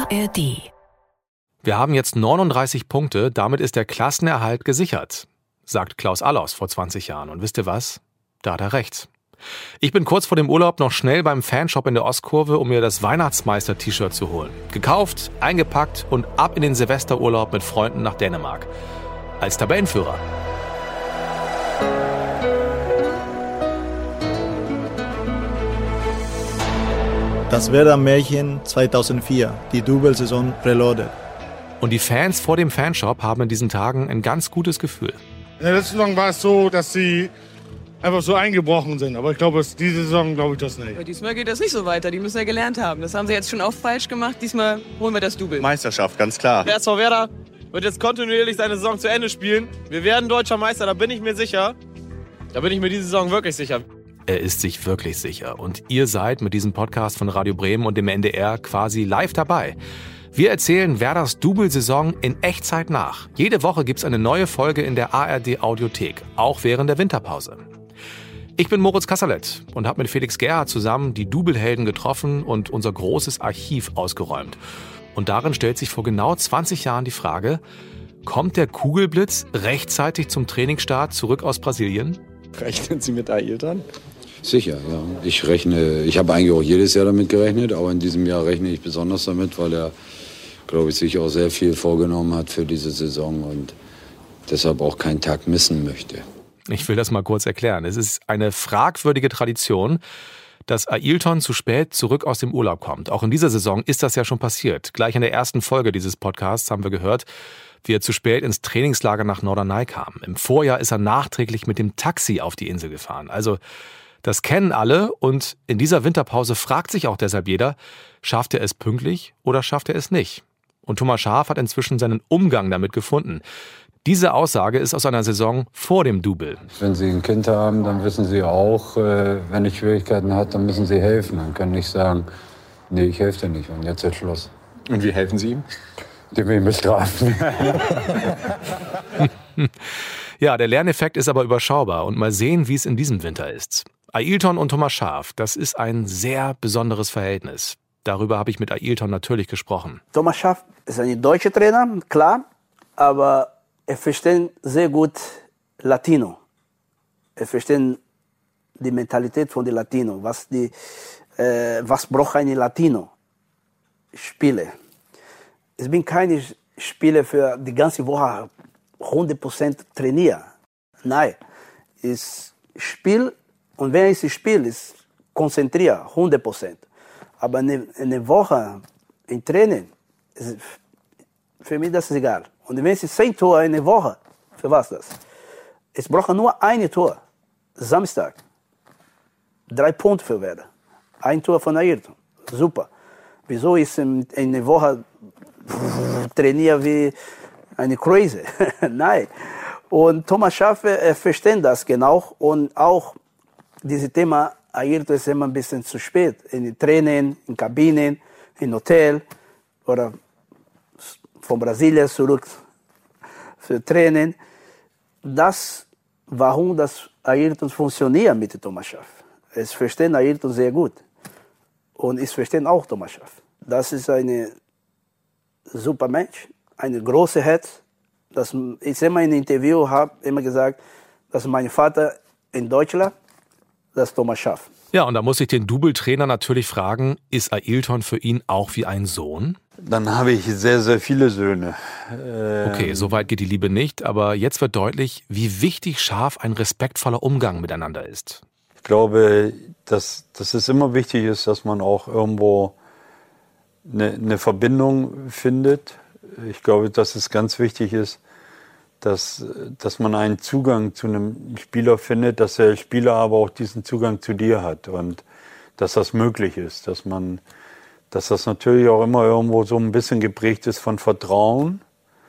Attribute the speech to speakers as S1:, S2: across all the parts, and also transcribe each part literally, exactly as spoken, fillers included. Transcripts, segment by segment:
S1: R D.
S2: Wir haben jetzt neununddreißig Punkte, damit ist der Klassenerhalt gesichert, sagt Klaus Allofs vor zwanzig Jahren. Und wisst ihr was? Da hat er recht. Ich bin kurz vor dem Urlaub noch schnell beim Fanshop in der Ostkurve, um mir das Weihnachtsmeister-T-Shirt zu holen. Gekauft, eingepackt und ab in den Silvesterurlaub mit Freunden nach Dänemark. Als Tabellenführer.
S3: Das Werder-Märchen zweitausendvier, die Double-Saison Reloaded.
S2: Und die Fans vor dem Fanshop haben in diesen Tagen ein ganz gutes Gefühl.
S4: In der letzten Saison war es so, dass sie einfach so eingebrochen sind. Aber ich glaube, diese Saison glaube ich das nicht.
S5: Aber diesmal geht das nicht so weiter. Die müssen ja gelernt haben. Das haben sie jetzt schon oft falsch gemacht. Diesmal holen wir das Double.
S6: Meisterschaft, ganz klar.
S7: Der S V Werder wird jetzt kontinuierlich seine Saison zu Ende spielen. Wir werden deutscher Meister, da bin ich mir sicher. Da bin ich mir diese Saison wirklich sicher.
S2: Er ist sich wirklich sicher. Und ihr seid mit diesem Podcast von Radio Bremen und dem N D R quasi live dabei. Wir erzählen Werders Double-Saison in Echtzeit nach. Jede Woche gibt's eine neue Folge in der A R D-Audiothek, auch während der Winterpause. Ich bin Moritz Kasserlet und habe mit Felix Gerhardt zusammen die Double-Helden getroffen und unser großes Archiv ausgeräumt. Und darin stellt sich vor genau zwanzig Jahren die Frage, kommt der Kugelblitz rechtzeitig zum Trainingsstart zurück aus Brasilien?
S8: Rechnen Sie mit Ailton?
S9: Sicher, ja. Ich rechne, ich habe eigentlich auch jedes Jahr damit gerechnet, aber in diesem Jahr rechne ich besonders damit, weil er, glaube ich, sich auch sehr viel vorgenommen hat für diese Saison und deshalb auch keinen Tag missen möchte.
S2: Ich will das mal kurz erklären. Es ist eine fragwürdige Tradition, dass Ailton zu spät zurück aus dem Urlaub kommt. Auch in dieser Saison ist das ja schon passiert. Gleich in der ersten Folge dieses Podcasts haben wir gehört, wie er zu spät ins Trainingslager nach Norderney kam. Im Vorjahr ist er nachträglich mit dem Taxi auf die Insel gefahren. Also das kennen alle und in dieser Winterpause fragt sich auch deshalb jeder, schafft er es pünktlich oder schafft er es nicht? Und Thomas Schaaf hat inzwischen seinen Umgang damit gefunden. Diese Aussage ist aus einer Saison vor dem Double.
S9: Wenn Sie ein Kind haben, dann wissen Sie auch, äh, wenn er Schwierigkeiten hat, dann müssen Sie helfen. Dann können nicht sagen, nee, ich helfe dir nicht und jetzt ist Schluss.
S8: Und wie helfen Sie ihm?
S9: Den will ich bestrafen.
S2: Ja, der Lerneffekt ist aber überschaubar und mal sehen, wie es in diesem Winter ist. Ailton und Thomas Schaaf, das ist ein sehr besonderes Verhältnis. Darüber habe ich mit Ailton natürlich gesprochen.
S10: Thomas Schaaf ist ein deutscher Trainer, klar, aber er versteht sehr gut Latino. Er versteht die Mentalität von den Latino, was die, äh, was braucht ein Latino? Spiele. Ich bin kein Spieler für die ganze Woche hundert Prozent trainieren. Nein, ich spiele und wenn ich spiele, ich konzentriere hundert Prozent. Aber eine, eine Woche im Training, ist, für mich das ist egal. Und wenn ich zehn Tore in einer Woche, für was das? Ich brauche nur ein Tor. Samstag. Drei Punkte für Werder. Ein Tor von Ailton. Super. Wieso ist in einer Woche trainiere wie eine Crazy? Nein. Und Thomas Schaaf er versteht das genau. Und auch dieses Thema Ailton ist immer ein bisschen zu spät. In Training, in Kabinen, im Hotel oder von Brasilien zurück für Training. Das, warum das Ailton funktioniert mit Thomas Schaaf. Es verstehen Ailton sehr gut. Und ich verstehe auch Thomas Schaaf. Das ist ein super Mensch, ein großes Herz. Das, ich immer in einem Interview habe immer gesagt, dass mein Vater in Deutschland, das ist Thomas Schaaf.
S2: Ja, und da muss ich den Double-Trainer natürlich fragen, ist Ailton für ihn auch wie ein Sohn?
S9: Dann habe ich sehr, sehr viele Söhne. Ähm
S2: Okay, so weit geht die Liebe nicht, aber jetzt wird deutlich, wie wichtig Schaaf ein respektvoller Umgang miteinander ist.
S9: Ich glaube, dass, dass es immer wichtig ist, dass man auch irgendwo eine, eine Verbindung findet. Ich glaube, dass es ganz wichtig ist, dass, dass man einen Zugang zu einem Spieler findet, dass der Spieler aber auch diesen Zugang zu dir hat und dass das möglich ist, dass man, dass das natürlich auch immer irgendwo so ein bisschen geprägt ist von Vertrauen.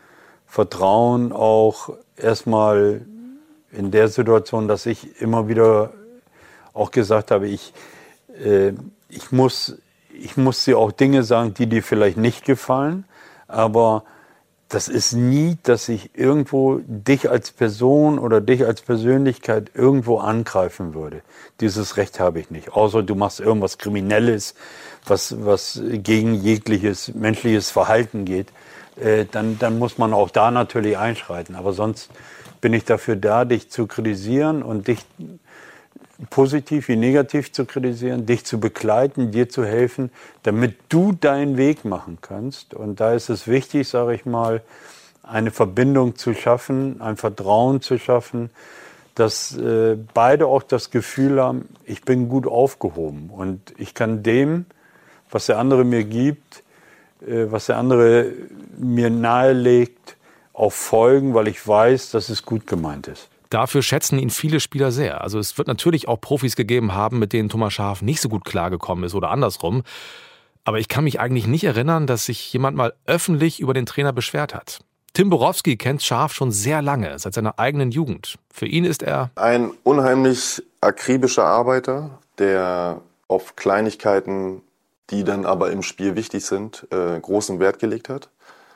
S9: Vertrauen auch erstmal in der Situation, dass ich immer wieder auch gesagt habe, ich, äh, ich muss, ich muss dir auch Dinge sagen, die dir vielleicht nicht gefallen, aber das ist nie, dass ich irgendwo dich als Person oder dich als Persönlichkeit irgendwo angreifen würde. Dieses Recht habe ich nicht. Außer du machst irgendwas Kriminelles, was, was gegen jegliches menschliches Verhalten geht. Äh, dann, dann muss man auch da natürlich einschreiten. Aber sonst bin ich dafür da, dich zu kritisieren und dich positiv wie negativ zu kritisieren, dich zu begleiten, dir zu helfen, damit du deinen Weg machen kannst. Und da ist es wichtig, sage ich mal, eine Verbindung zu schaffen, ein Vertrauen zu schaffen, dass äh, beide auch das Gefühl haben, ich bin gut aufgehoben und ich kann dem, was der andere mir gibt, äh, was der andere mir nahelegt, auch folgen, weil ich weiß, dass es gut gemeint ist.
S2: Dafür schätzen ihn viele Spieler sehr. Also es wird natürlich auch Profis gegeben haben, mit denen Thomas Schaaf nicht so gut klargekommen ist oder andersrum. Aber ich kann mich eigentlich nicht erinnern, dass sich jemand mal öffentlich über den Trainer beschwert hat. Tim Borowski kennt Schaaf schon sehr lange, seit seiner eigenen Jugend. Für ihn ist er
S1: ein unheimlich akribischer Arbeiter, der auf Kleinigkeiten, die dann aber im Spiel wichtig sind, äh, großen Wert gelegt hat.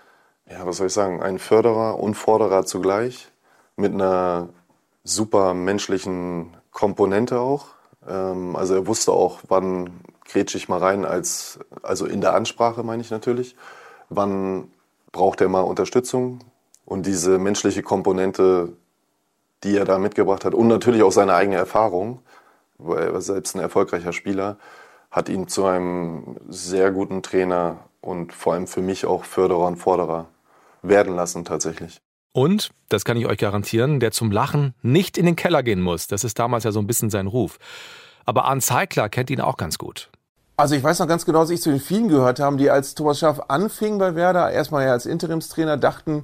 S1: Ja, was soll ich sagen? Ein Förderer und Forderer zugleich, mit einer super menschlichen Komponente auch. Ähm, also er wusste auch, wann grätsche ich mal rein, als, also in der Ansprache meine ich natürlich, wann braucht er mal Unterstützung. Und diese menschliche Komponente, die er da mitgebracht hat und natürlich auch seine eigene Erfahrung, weil er war selbst ein erfolgreicher Spieler, hat ihn zu einem sehr guten Trainer und vor allem für mich auch Förderer und Forderer werden lassen tatsächlich.
S2: Und, das kann ich euch garantieren, der zum Lachen nicht in den Keller gehen muss. Das ist damals ja so ein bisschen sein Ruf. Aber Arne Zeigler kennt ihn auch ganz gut.
S6: Also ich weiß noch ganz genau, dass ich zu den vielen gehört habe, die als Thomas Schaaf anfing bei Werder, erstmal ja als Interimstrainer, dachten,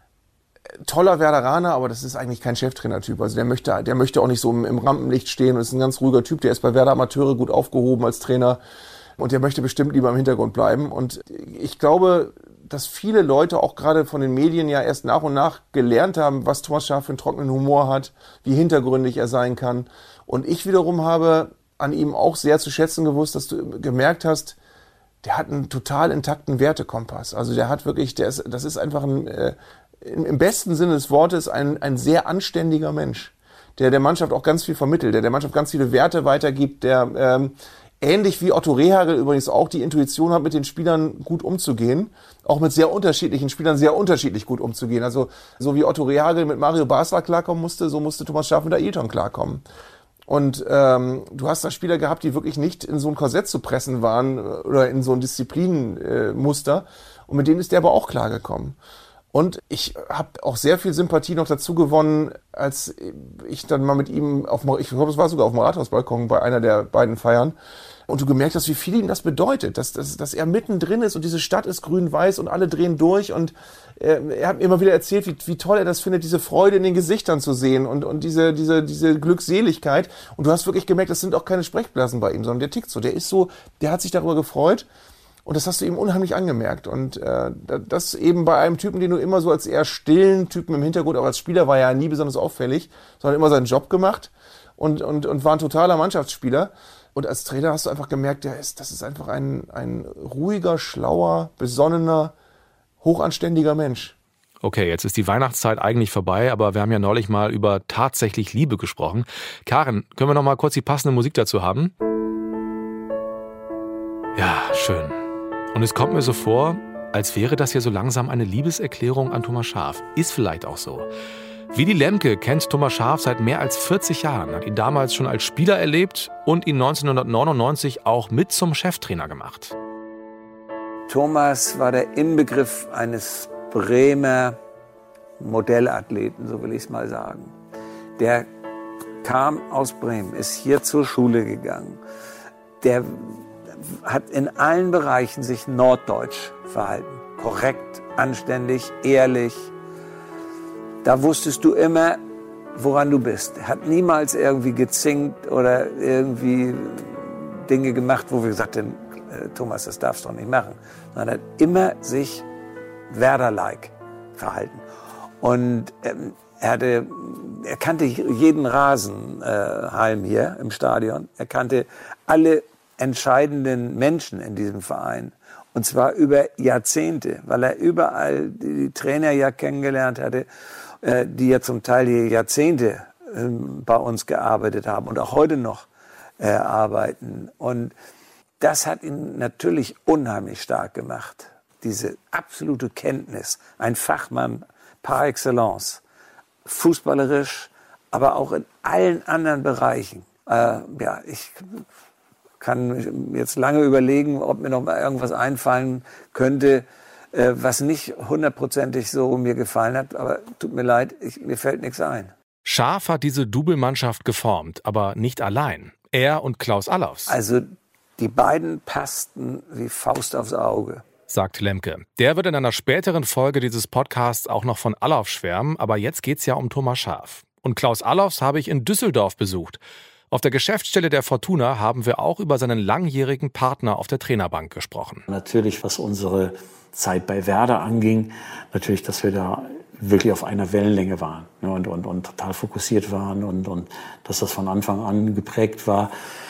S6: toller Werderaner, aber das ist eigentlich kein Cheftrainertyp. Also der möchte, der möchte auch nicht so im, im Rampenlicht stehen und ist ein ganz ruhiger Typ. Der ist bei Werder Amateure gut aufgehoben als Trainer und der möchte bestimmt lieber im Hintergrund bleiben. Und ich glaube, dass viele Leute auch gerade von den Medien ja erst nach und nach gelernt haben, was Thomas Schaaf für einen trockenen Humor hat, wie hintergründig er sein kann. Und ich wiederum habe an ihm auch sehr zu schätzen gewusst, dass du gemerkt hast, der hat einen total intakten Wertekompass. Also der hat wirklich, der ist, das ist einfach ein, äh, im besten Sinne des Wortes ein, ein sehr anständiger Mensch, der der Mannschaft auch ganz viel vermittelt, der der Mannschaft ganz viele Werte weitergibt, der ähm, ähnlich wie Otto Rehagel übrigens auch die Intuition hat, mit den Spielern gut umzugehen, auch mit sehr unterschiedlichen Spielern sehr unterschiedlich gut umzugehen. Also so wie Otto Rehagel mit Mario Basler klarkommen musste, so musste Thomas Schaaf mit Ailton klarkommen. Und ähm, du hast da Spieler gehabt, die wirklich nicht in so ein Korsett zu pressen waren oder in so ein Disziplinmuster. Äh, und mit denen ist der aber auch klargekommen. Und ich habe auch sehr viel Sympathie noch dazu gewonnen, als ich dann mal mit ihm auf, ich glaube, es war sogar auf dem Rathausbalkon bei einer der beiden Feiern, und du gemerkt hast, wie viel ihm das bedeutet, dass, dass, dass er mittendrin ist und diese Stadt ist grün-weiß und alle drehen durch, und äh, er hat mir immer wieder erzählt, wie, wie toll er das findet, diese Freude in den Gesichtern zu sehen und, und diese, diese, diese Glückseligkeit. Und du hast wirklich gemerkt, das sind auch keine Sprechblasen bei ihm, sondern der tickt so, der ist so, der hat sich darüber gefreut. Und das hast du ihm unheimlich angemerkt. Und äh, das eben bei einem Typen, den du immer so als eher stillen Typen im Hintergrund, aber als Spieler war er ja nie besonders auffällig, sondern immer seinen Job gemacht und, und, und war ein totaler Mannschaftsspieler. Und als Trainer hast du einfach gemerkt, der ist, das ist einfach ein, ein ruhiger, schlauer, besonnener, hochanständiger Mensch.
S2: Okay, jetzt ist die Weihnachtszeit eigentlich vorbei, aber wir haben ja neulich mal über tatsächlich Liebe gesprochen. Karin, können wir noch mal kurz die passende Musik dazu haben? Ja, schön. Und es kommt mir so vor, als wäre das hier so langsam eine Liebeserklärung an Thomas Schaaf. Ist vielleicht auch so. Willy Lemke kennt Thomas Schaaf seit mehr als vierzig Jahren, hat ihn damals schon als Spieler erlebt und ihn neunzehnhundertneunundneunzig auch mit zum Cheftrainer gemacht.
S11: Thomas war der Inbegriff eines Bremer Modellathleten, so will ich es mal sagen. Der kam aus Bremen, ist hier zur Schule gegangen. Der hat in allen Bereichen sich norddeutsch verhalten. Korrekt, anständig, ehrlich. Da wusstest du immer, woran du bist. Er hat niemals irgendwie gezinkt oder irgendwie Dinge gemacht, wo wir gesagt haben, Thomas, das darfst du doch nicht machen. Sondern er hat immer sich Werder-like verhalten. Und ähm, er, hatte, er kannte jeden Rasenhalm äh, hier im Stadion. Er kannte alle entscheidenden Menschen in diesem Verein. Und zwar über Jahrzehnte, weil er überall die Trainer ja kennengelernt hatte, die ja zum Teil die Jahrzehnte bei uns gearbeitet haben und auch heute noch äh, arbeiten. Und das hat ihn natürlich unheimlich stark gemacht. Diese absolute Kenntnis, ein Fachmann par excellence, fußballerisch, aber auch in allen anderen Bereichen. Äh, ja, ich kann jetzt lange überlegen, ob mir noch mal irgendwas einfallen könnte, äh, was nicht hundertprozentig so mir gefallen hat. Aber tut mir leid, ich, mir fällt nichts ein.
S2: Schaaf hat diese Double-Mannschaft geformt, aber nicht allein. Er und Klaus Allofs.
S11: Also die beiden passten wie Faust aufs Auge,
S2: sagt Lemke. Der wird in einer späteren Folge dieses Podcasts auch noch von Allofs schwärmen, aber jetzt geht's ja um Thomas Schaaf. Und Klaus Allofs habe ich in Düsseldorf besucht. Auf der Geschäftsstelle der Fortuna haben wir auch über seinen langjährigen Partner auf der Trainerbank gesprochen.
S12: Natürlich, was unsere Zeit bei Werder anging, natürlich, dass wir da wirklich auf einer Wellenlänge waren, ne, und, und, und total fokussiert waren und, und dass das von Anfang an geprägt war.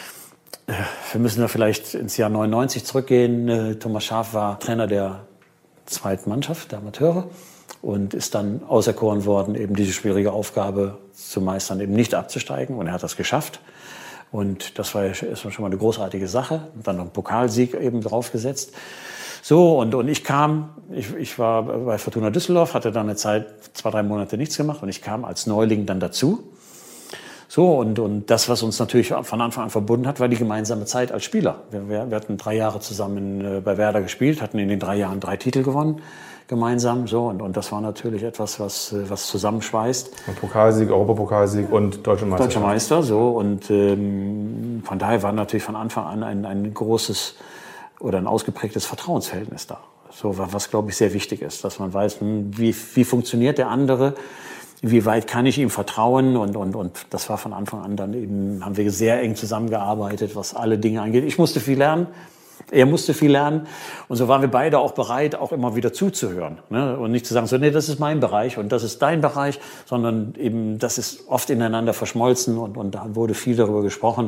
S12: Wir müssen da vielleicht ins Jahr neunundneunzig zurückgehen. Thomas Schaaf war Trainer der zweiten Mannschaft, der Amateure, und ist dann auserkoren worden, eben diese schwierige Aufgabe zu meistern, eben nicht abzusteigen. Und er hat das geschafft. Und das war erstmal schon mal eine großartige Sache. Und dann noch einen Pokalsieg eben draufgesetzt. So, und, und ich kam, ich, ich war bei Fortuna Düsseldorf, hatte dann eine Zeit, zwei, drei Monate nichts gemacht, und ich kam als Neuling dann dazu. So, und, und das, was uns natürlich von Anfang an verbunden hat, war die gemeinsame Zeit als Spieler. Wir, wir, wir hatten drei Jahre zusammen bei Werder gespielt, hatten in den drei Jahren drei Titel gewonnen, gemeinsam. So, und, und das war natürlich etwas, was, was zusammenschweißt.
S13: Und Pokalsieg, Europapokalsieg und Deutscher Meister.
S12: Deutscher Meister, so. Und ähm, von daher war natürlich von Anfang an ein, ein großes oder ein ausgeprägtes Vertrauensverhältnis da. So, was, glaube ich, sehr wichtig ist, dass man weiß, wie, wie funktioniert der andere, wie weit kann ich ihm vertrauen, und, und, und das war von Anfang an dann eben, haben wir sehr eng zusammengearbeitet, was alle Dinge angeht. Ich musste viel lernen, er musste viel lernen, und so waren wir beide auch bereit, auch immer wieder zuzuhören, ne? Und nicht zu sagen, so, nee, das ist mein Bereich und das ist dein Bereich, sondern eben, das ist oft ineinander verschmolzen, und, und da wurde viel darüber gesprochen,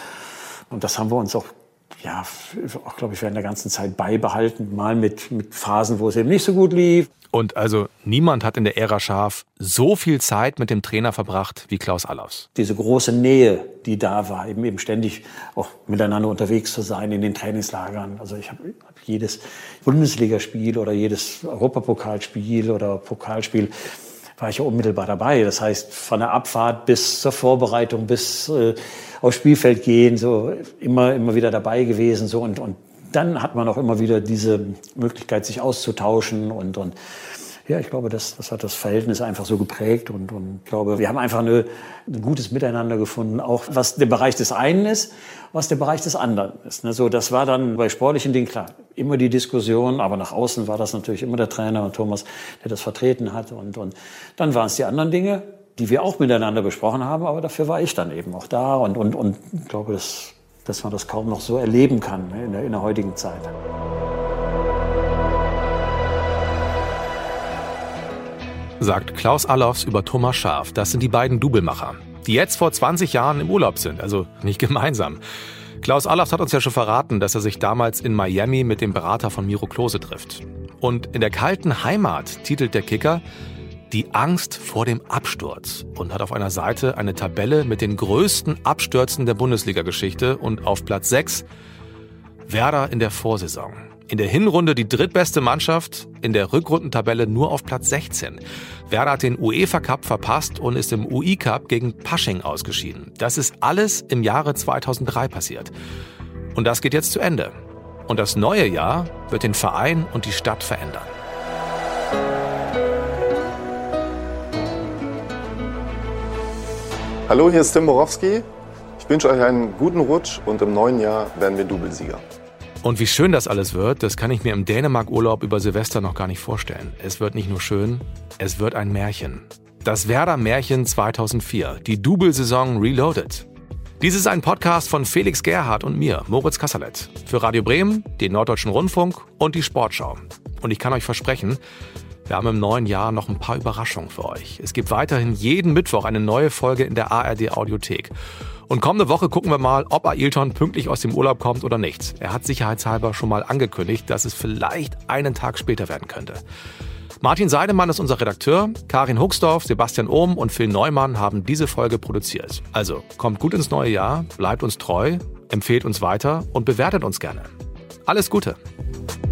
S12: und das haben wir uns auch, ja, auch, glaube ich, während der ganzen Zeit beibehalten, mal mit, mit Phasen, wo es eben nicht so gut lief.
S2: Und also niemand hat in der Ära Schaaf so viel Zeit mit dem Trainer verbracht wie Klaus Allofs.
S12: Diese große Nähe, die da war, eben, eben ständig auch miteinander unterwegs zu sein in den Trainingslagern. Also ich habe hab jedes Bundesligaspiel oder jedes Europapokalspiel oder Pokalspiel war ich ja unmittelbar dabei. Das heißt, von der Abfahrt bis zur Vorbereitung, bis äh, aufs Spielfeld gehen, so immer, immer wieder dabei gewesen, so, und, und dann hat man auch immer wieder diese Möglichkeit, sich auszutauschen, und, und ja, ich glaube, das, das hat das Verhältnis einfach so geprägt, und, und ich glaube, wir haben einfach eine, ein gutes Miteinander gefunden, auch was der Bereich des einen ist, was der Bereich des anderen ist. Ne? So, das war dann bei sportlichen Dingen klar, immer die Diskussion, aber nach außen war das natürlich immer der Trainer und Thomas, der das vertreten hat, und, und dann waren es die anderen Dinge, die wir auch miteinander besprochen haben, aber dafür war ich dann eben auch da, und, und, und ich glaube, das dass man das kaum noch so erleben kann, ne, in, der, in der heutigen Zeit.
S2: Sagt Klaus Allofs über Thomas Schaaf. Das sind die beiden Doublemacher, die jetzt vor zwanzig Jahren im Urlaub sind, also nicht gemeinsam. Klaus Allofs hat uns ja schon verraten, dass er sich damals in Miami mit dem Berater von Miro Klose trifft. Und in der kalten Heimat titelt der Kicker Die Angst vor dem Absturz und hat auf einer Seite eine Tabelle mit den größten Abstürzen der Bundesliga-Geschichte, und auf Platz sechs Werder in der Vorsaison. In der Hinrunde die drittbeste Mannschaft, in der Rückrundentabelle nur auf Platz sechzehn. Werder hat den UEFA Cup verpasst und ist im U I Cup gegen Pasching ausgeschieden. Das ist alles im Jahre zweitausenddrei passiert. Und das geht jetzt zu Ende. Und das neue Jahr wird den Verein und die Stadt verändern.
S1: Hallo, hier ist Tim Borowski. Ich wünsche euch einen guten Rutsch, und im neuen Jahr werden wir Doublesieger.
S2: Und wie schön das alles wird, das kann ich mir im Dänemark-Urlaub über Silvester noch gar nicht vorstellen. Es wird nicht nur schön, es wird ein Märchen. Das Werder-Märchen zweitausendvier, die Double-Saison Reloaded. Dies ist ein Podcast von Felix Gerhardt und mir, Moritz Kasserlet. Für Radio Bremen, den Norddeutschen Rundfunk und die Sportschau. Und ich kann euch versprechen, Wir haben im neuen Jahr noch ein paar Überraschungen für euch. Es gibt weiterhin jeden Mittwoch eine neue Folge in der A R D Audiothek. Und kommende Woche gucken wir mal, ob Ailton pünktlich aus dem Urlaub kommt oder nicht. Er hat sicherheitshalber schon mal angekündigt, dass es vielleicht einen Tag später werden könnte. Martin Seidemann ist unser Redakteur, Karin Huxdorf, Sebastian Ohm und Phil Neumann haben diese Folge produziert. Also kommt gut ins neue Jahr, bleibt uns treu, empfehlt uns weiter und bewertet uns gerne. Alles Gute!